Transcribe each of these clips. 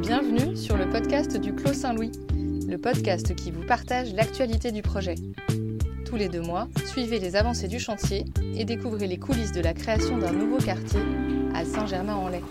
Bienvenue sur le podcast du Clos Saint-Louis, le podcast qui vous partage l'actualité du projet. Tous les 2 mois, suivez les avancées du chantier et découvrez les coulisses de la création d'un nouveau quartier à Saint-Germain-en-Laye.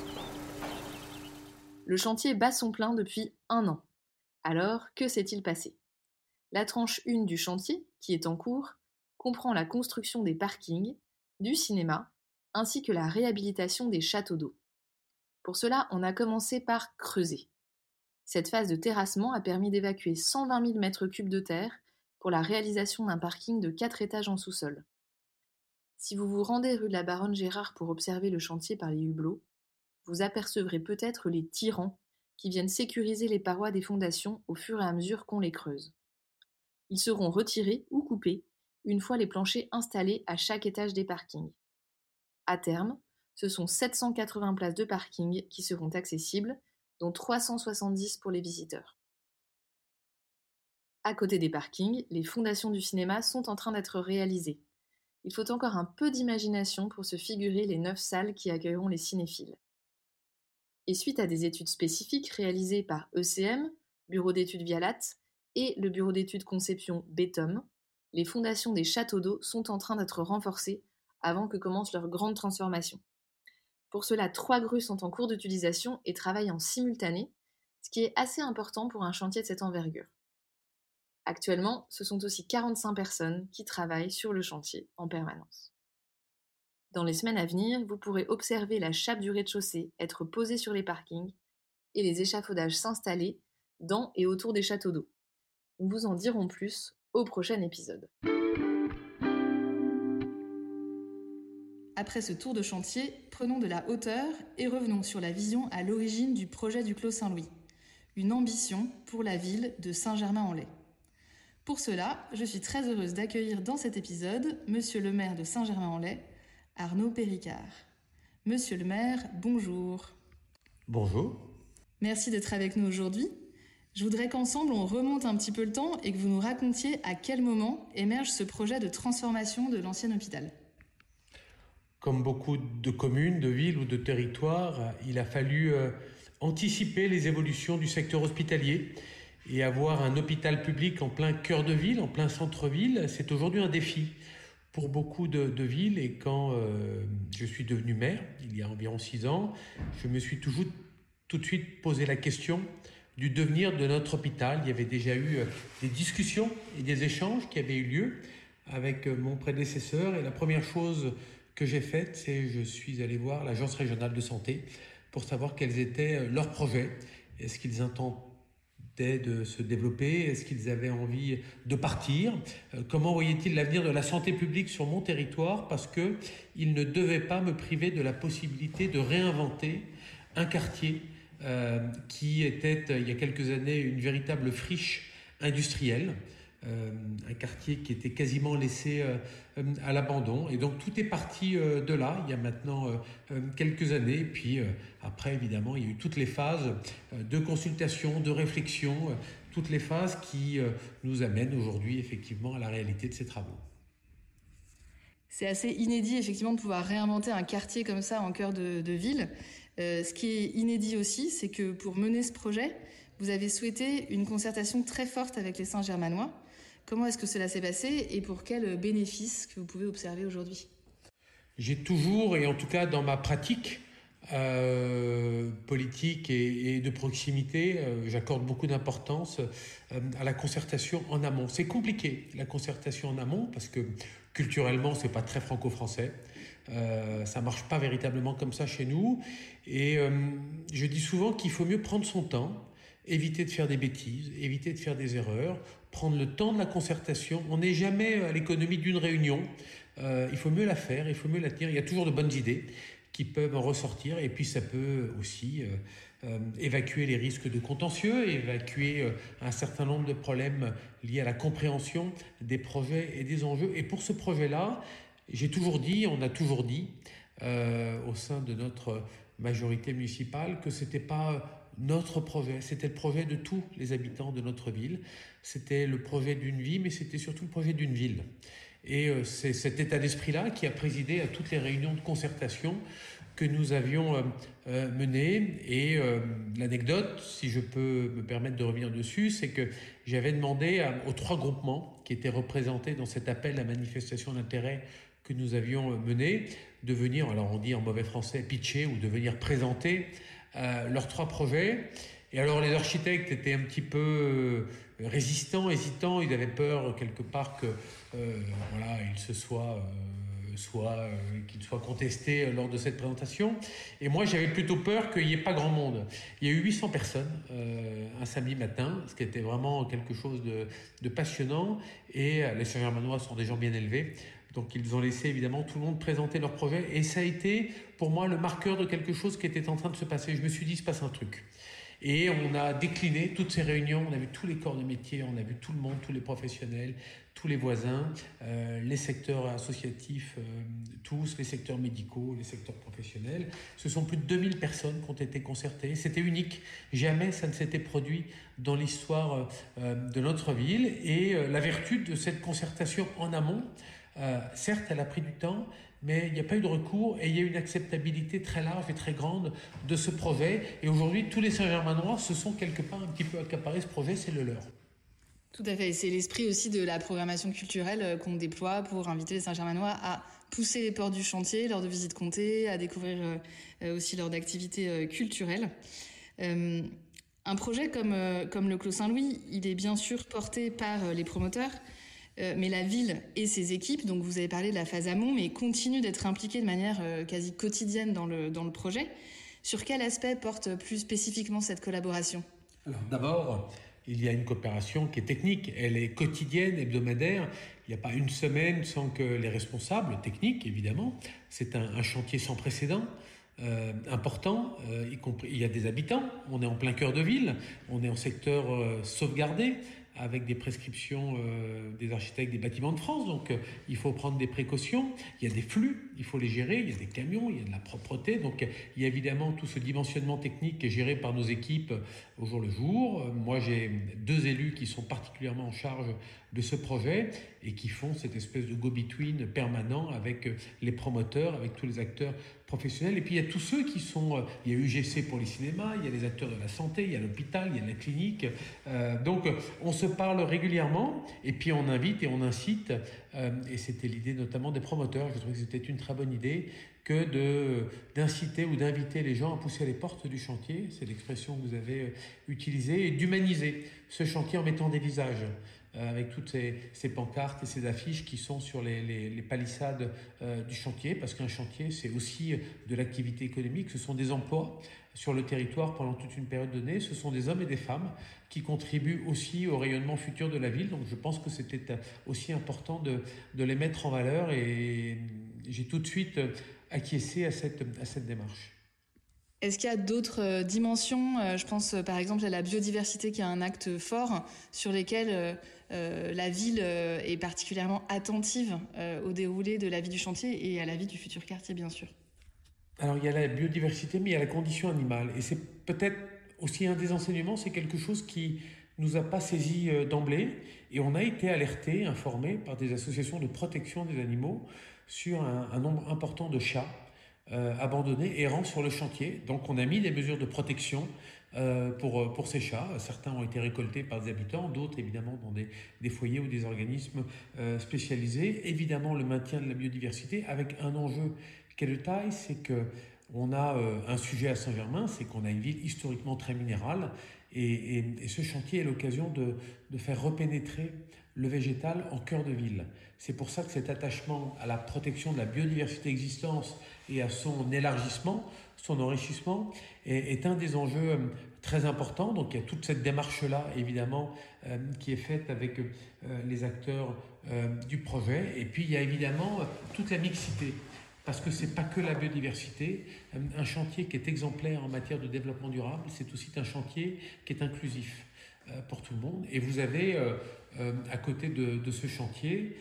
Le chantier bat son plein depuis 1 an. Alors, que s'est-il passé ? La tranche 1 du chantier, qui est en cours, comprend la construction des parkings, du cinéma, ainsi que la réhabilitation des châteaux d'eau. Pour cela, on a commencé par creuser. Cette phase de terrassement a permis d'évacuer 120 000 m3 de terre pour la réalisation d'un parking de 4 étages en sous-sol. Si vous vous rendez rue de la Baronne Gérard pour observer le chantier par les hublots, vous apercevrez peut-être les tirants qui viennent sécuriser les parois des fondations au fur et à mesure qu'on les creuse. Ils seront retirés ou coupés une fois les planchers installés à chaque étage des parkings. À terme, ce sont 780 places de parking qui seront accessibles, dont 370 pour les visiteurs. À côté des parkings, les fondations du cinéma sont en train d'être réalisées. Il faut encore un peu d'imagination pour se figurer les 9 salles qui accueilleront les cinéphiles. Et suite à des études spécifiques réalisées par ECM, Bureau d'études Vialat, et le Bureau d'études Conception BETOM, les fondations des châteaux d'eau sont en train d'être renforcées avant que commence leur grande transformation. Pour cela, 3 grues sont en cours d'utilisation et travaillent en simultané, ce qui est assez important pour un chantier de cette envergure. Actuellement, ce sont aussi 45 personnes qui travaillent sur le chantier en permanence. Dans les semaines à venir, vous pourrez observer la chape du rez-de-chaussée être posée sur les parkings et les échafaudages s'installer dans et autour des châteaux d'eau. Nous vous en dirons plus au prochain épisode. Après ce tour de chantier, prenons de la hauteur et revenons sur la vision à l'origine du projet du Clos Saint-Louis, une ambition pour la ville de Saint-Germain-en-Laye. Pour cela, je suis très heureuse d'accueillir dans cet épisode Monsieur le maire de Saint-Germain-en-Laye, Arnaud Péricard. Monsieur le maire, bonjour. Bonjour. Merci d'être avec nous aujourd'hui. Je voudrais qu'ensemble on remonte un petit peu le temps et que vous nous racontiez à quel moment émerge ce projet de transformation de l'ancien hôpital. Comme beaucoup de communes, de villes ou de territoires, il a fallu anticiper les évolutions du secteur hospitalier et avoir un hôpital public en plein cœur de ville, en plein centre-ville, c'est aujourd'hui un défi pour beaucoup de villes. Et quand je suis devenu maire, il y a environ 6 ans, je me suis tout de suite posé la question du devenir de notre hôpital. Il y avait déjà eu des discussions et des échanges qui avaient eu lieu avec mon prédécesseur. Et la première chose que j'ai faite, c'est que je suis allé voir l'Agence régionale de santé pour savoir quels étaient leurs projets. Est-ce qu'ils entendaient de se développer ? Est-ce qu'ils avaient envie de partir ? Comment voyaient-ils l'avenir de la santé publique sur mon territoire ? Parce qu'ils ne devaient pas me priver de la possibilité de réinventer un quartier qui était, il y a quelques années, une véritable friche industrielle. Un quartier qui était quasiment laissé à l'abandon. Et donc tout est parti de là, il y a maintenant quelques années. Et puis après, évidemment, il y a eu toutes les phases de consultation, de réflexion, toutes les phases qui nous amènent aujourd'hui effectivement à la réalité de ces travaux. C'est assez inédit effectivement de pouvoir réinventer un quartier comme ça en cœur de ville. Ce qui est inédit aussi, c'est que pour mener ce projet, vous avez souhaité une concertation très forte avec les Saint-Germanois. Comment est-ce que cela s'est passé et pour quels bénéfices que vous pouvez observer aujourd'hui ? J'ai toujours, et en tout cas dans ma pratique politique et de proximité, j'accorde beaucoup d'importance à la concertation en amont. C'est compliqué, la concertation en amont, parce que culturellement, c'est pas très franco-français. Ça marche pas véritablement comme ça chez nous. Et je dis souvent qu'il faut mieux prendre son temps, éviter de faire des bêtises, éviter de faire des erreurs, prendre le temps de la concertation. On n'est jamais à l'économie d'une réunion. Il faut mieux la faire, il faut mieux la tenir. Il y a toujours de bonnes idées qui peuvent en ressortir. Et puis ça peut aussi évacuer les risques de contentieux, évacuer un certain nombre de problèmes liés à la compréhension des projets et des enjeux. Et pour ce projet-là, j'ai toujours dit, on a toujours dit au sein de notre majorité municipale que ce n'était pas notre projet, c'était le projet de tous les habitants de notre ville. C'était le projet d'une vie, mais c'était surtout le projet d'une ville. Et c'est cet état d'esprit-là qui a présidé à toutes les réunions de concertation que nous avions mené. Et l'anecdote, si je peux me permettre de revenir dessus, c'est que j'avais demandé aux 3 groupements qui étaient représentés dans cet appel à manifestation d'intérêt que nous avions mené, de venir, alors on dit en mauvais français, pitcher ou de venir présenter leurs 3 projets. Et alors les architectes étaient un petit peu résistants, hésitants, ils avaient peur quelque part que voilà, ils se soient qu'il soit contesté lors de cette présentation. Et moi, j'avais plutôt peur qu'il n'y ait pas grand monde. Il y a eu 800 personnes un samedi matin, ce qui était vraiment quelque chose de passionnant. Et les Saint-Germanois sont des gens bien élevés. Donc, ils ont laissé évidemment tout le monde présenter leur projet. Et ça a été, pour moi, le marqueur de quelque chose qui était en train de se passer. Je me suis dit, il se passe un truc. Et on a décliné toutes ces réunions, on a vu tous les corps de métier, on a vu tout le monde, tous les professionnels, tous les voisins, les secteurs associatifs, tous, les secteurs médicaux, les secteurs professionnels. Ce sont plus de 2000 personnes qui ont été concertées. C'était unique. Jamais ça ne s'était produit dans l'histoire de notre ville. Et la vertu de cette concertation en amont, certes, elle a pris du temps, mais il n'y a pas eu de recours et il y a eu une acceptabilité très large et très grande de ce projet. Et aujourd'hui, tous les Saint-Germanois se sont quelque part un petit peu accaparés ce projet, c'est le leur. Tout à fait. C'est l'esprit aussi de la programmation culturelle qu'on déploie pour inviter les Saint-Germanois à pousser les portes du chantier lors de visites comptées, à découvrir aussi lors d'activités culturelles. Un projet comme le Clos Saint-Louis, il est bien sûr porté par les promoteurs, mais la ville et ses équipes, donc vous avez parlé de la phase amont, mais continuent d'être impliquées de manière quasi quotidienne dans le projet. Sur quel aspect porte plus spécifiquement cette collaboration ? Alors d'abord, il y a une coopération qui est technique, elle est quotidienne, hebdomadaire. Il n'y a pas une semaine sans que les responsables techniques, évidemment, c'est un chantier sans précédent. Important, y compris, il y a des habitants, on est en plein cœur de ville, on est en secteur sauvegardé, avec des prescriptions des architectes des bâtiments de France, donc il faut prendre des précautions, il y a des flux, il faut les gérer, il y a des camions, il y a de la propreté, donc il y a évidemment tout ce dimensionnement technique qui est géré par nos équipes au jour le jour. Moi j'ai 2 élus qui sont particulièrement en charge de ce projet et qui font cette espèce de go-between permanent avec les promoteurs, avec tous les acteurs professionnels. Et puis il y a tous ceux qui sont, il y a UGC pour les cinémas, il y a les acteurs de la santé, il y a l'hôpital, il y a la clinique, donc on se parle régulièrement et puis on invite et on incite, et c'était l'idée notamment des promoteurs, je trouvais que c'était une très bonne idée que d'inciter ou d'inviter les gens à pousser les portes du chantier, c'est l'expression que vous avez utilisée, et d'humaniser ce chantier en mettant des visages, avec toutes ces pancartes et ces affiches qui sont sur les palissades du chantier, parce qu'un chantier, c'est aussi de l'activité économique, ce sont des emplois sur le territoire pendant toute une période donnée, ce sont des hommes et des femmes qui contribuent aussi au rayonnement futur de la ville, donc je pense que c'était aussi important de les mettre en valeur, et j'ai tout de suite acquiescé à cette démarche. Est-ce qu'il y a d'autres dimensions ? Je pense par exemple à la biodiversité qui est un acte fort sur lesquels la ville est particulièrement attentive au déroulé de la vie du chantier et à la vie du futur quartier, bien sûr. Alors il y a la biodiversité, mais il y a la condition animale. Et c'est peut-être aussi un des enseignements, c'est quelque chose qui nous a pas saisi d'emblée. Et on a été alerté, informé par des associations de protection des animaux sur un nombre important de chats abandonnés, errants sur le chantier. Donc on a mis des mesures de protection pour ces chats. Certains ont été récoltés par des habitants, d'autres évidemment dans des foyers ou des organismes spécialisés. Évidemment le maintien de la biodiversité avec un enjeu qui est de taille, c'est qu'on a un sujet à Saint-Germain, c'est qu'on a une ville historiquement très minérale, et ce chantier est l'occasion de faire repénétrer le végétal en cœur de ville. C'est pour ça que cet attachement à la protection de la biodiversité existante et à son élargissement, son enrichissement, est un des enjeux très importants. Donc il y a toute cette démarche-là, évidemment, qui est faite avec les acteurs du projet. Et puis il y a évidemment toute la mixité. Parce que ce n'est pas que la biodiversité. Un chantier qui est exemplaire en matière de développement durable, c'est aussi un chantier qui est inclusif pour tout le monde. Et vous avez, à côté de ce chantier,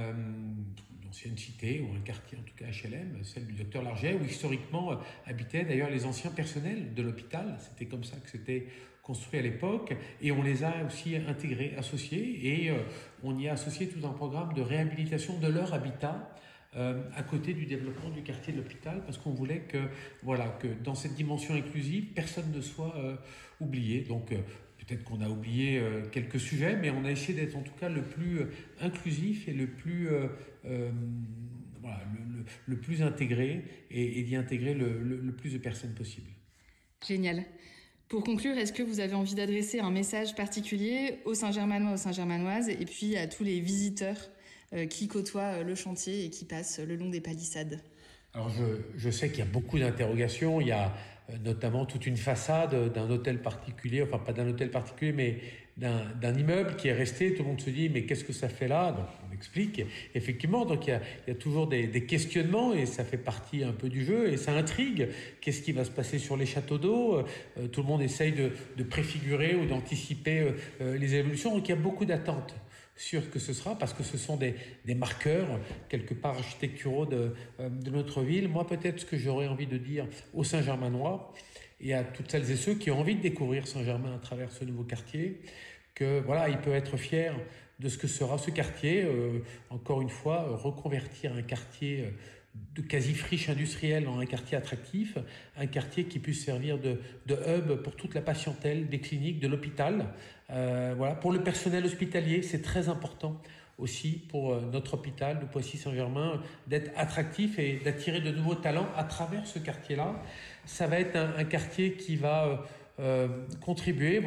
une ancienne cité, ou un quartier, en tout cas HLM, celle du docteur Larget, où historiquement habitaient d'ailleurs les anciens personnels de l'hôpital. C'était comme ça que c'était construit à l'époque. Et on les a aussi intégrés, associés, et on y a associé tout un programme de réhabilitation de leur habitat, à côté du développement du quartier de l'hôpital, parce qu'on voulait que dans cette dimension inclusive, personne ne soit oublié. Donc peut-être qu'on a oublié quelques sujets, mais on a essayé d'être en tout cas le plus inclusif et le plus le plus intégré et d'y intégrer le plus de personnes possible. Génial. Pour conclure, est-ce que vous avez envie d'adresser un message particulier aux Saint-Germanois, aux Saint-Germanoises et puis à tous les visiteurs qui côtoient le chantier et qui passent le long des palissades? Alors je sais qu'il y a beaucoup d'interrogations. Il y a notamment toute une façade d'un hôtel particulier, enfin pas d'un hôtel particulier, mais d'un immeuble qui est resté. Tout le monde se dit mais qu'est-ce que ça fait là? Donc on explique. Effectivement, donc il y a toujours des questionnements et ça fait partie un peu du jeu et ça intrigue. Qu'est-ce qui va se passer sur les châteaux d'eau? Tout le monde essaye de préfigurer ou d'anticiper les évolutions. Donc il y a beaucoup d'attentes sur ce que ce sera, parce que ce sont des marqueurs, quelque part architecturaux de notre ville. Moi, peut-être ce que j'aurais envie de dire aux Saint-Germanois et à toutes celles et ceux qui ont envie de découvrir Saint-Germain à travers ce nouveau quartier, que voilà, il peut être fier de ce que sera ce quartier. Encore une fois, reconvertir un quartier de quasi-friche industrielle en un quartier attractif, un quartier qui puisse servir de hub pour toute la patientèle des cliniques, de l'hôpital. Pour le personnel hospitalier, c'est très important aussi pour notre hôpital de Poissy-Saint-Germain d'être attractif et d'attirer de nouveaux talents à travers ce quartier-là. Ça va être un quartier qui va contribuer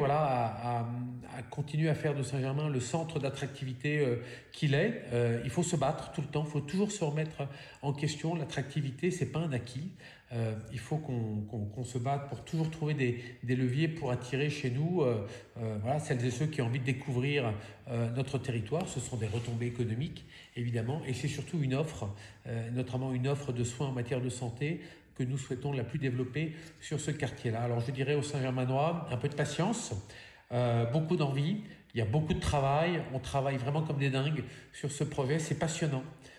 à continuer à faire de Saint-Germain le centre d'attractivité qu'il est. Il faut se battre tout le temps, il faut toujours se remettre en question. L'attractivité, c'est pas un acquis. Il faut qu'on se batte pour toujours trouver des leviers pour attirer chez nous celles et ceux qui ont envie de découvrir notre territoire. Ce sont des retombées économiques, évidemment, et c'est surtout une offre, notamment une offre de soins en matière de santé, que nous souhaitons la plus développer sur ce quartier-là. Alors je dirais aux Saint-Germanois, un peu de patience, beaucoup d'envie, il y a beaucoup de travail, on travaille vraiment comme des dingues sur ce projet, c'est passionnant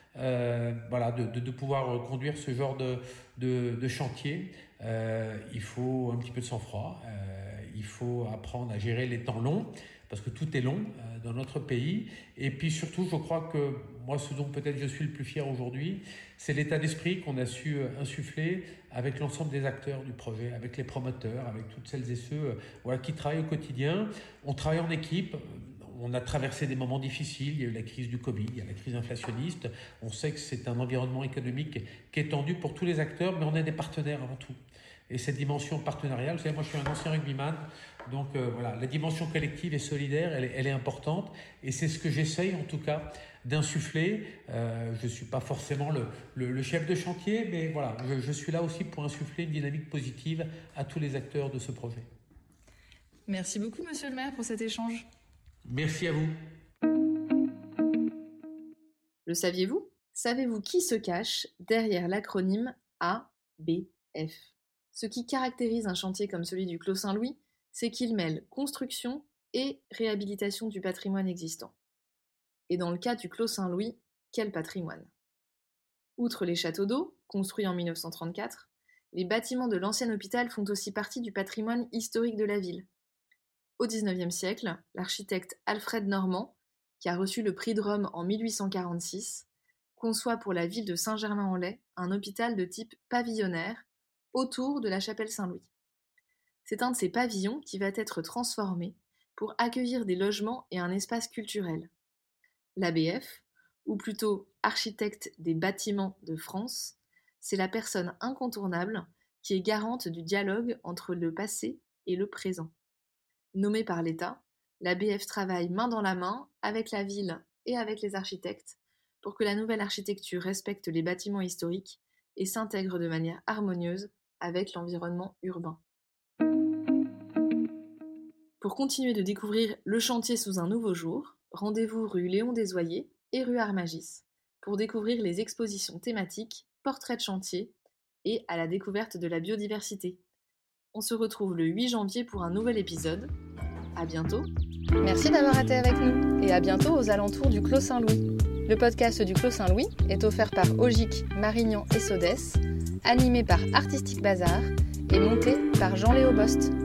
de pouvoir conduire ce genre de chantier. Il faut un petit peu de sang-froid, il faut apprendre à gérer les temps longs, parce que tout est long dans notre pays. Et puis surtout, je crois que moi, ce dont peut-être je suis le plus fier aujourd'hui, c'est l'état d'esprit qu'on a su insuffler avec l'ensemble des acteurs du projet, avec les promoteurs, avec toutes celles et ceux qui travaillent au quotidien. On travaille en équipe. On a traversé des moments difficiles, il y a eu la crise du Covid, il y a la crise inflationniste. On sait que c'est un environnement économique qui est tendu pour tous les acteurs, mais on est des partenaires avant tout. Et cette dimension partenariale, vous savez, moi je suis un ancien rugbyman, donc la dimension collective et solidaire, elle est importante. Et c'est ce que j'essaye en tout cas d'insuffler. Je ne suis pas forcément le chef de chantier, mais voilà, je suis là aussi pour insuffler une dynamique positive à tous les acteurs de ce projet. Merci beaucoup, monsieur le maire, pour cet échange. Merci à vous. Le saviez-vous? Savez-vous qui se cache derrière l'acronyme ABF? Ce qui caractérise un chantier comme celui du Clos Saint-Louis, c'est qu'il mêle construction et réhabilitation du patrimoine existant. Et dans le cas du Clos Saint-Louis, quel patrimoine? Outre les châteaux d'eau, construits en 1934, les bâtiments de l'ancien hôpital font aussi partie du patrimoine historique de la ville. Au XIXe siècle, l'architecte Alfred Normand, qui a reçu le prix de Rome en 1846, conçoit pour la ville de Saint-Germain-en-Laye un hôpital de type pavillonnaire autour de la chapelle Saint-Louis. C'est un de ces pavillons qui va être transformé pour accueillir des logements et un espace culturel. L'ABF, ou plutôt architecte des bâtiments de France, c'est la personne incontournable qui est garante du dialogue entre le passé et le présent. Nommée par l'État, l'ABF travaille main dans la main avec la ville et avec les architectes pour que la nouvelle architecture respecte les bâtiments historiques et s'intègre de manière harmonieuse avec l'environnement urbain. Pour continuer de découvrir le chantier sous un nouveau jour, rendez-vous rue Léon Desoyers et rue Armagis pour découvrir les expositions thématiques, portraits de chantier et à la découverte de la biodiversité. On se retrouve le 8 janvier pour un nouvel épisode. À bientôt. Merci d'avoir été avec nous et à bientôt aux alentours du Clos Saint-Louis. Le podcast du Clos Saint-Louis est offert par Ogic, Marignan et Sodès, animé par Artistique Bazar et monté par Jean-Léo Bost.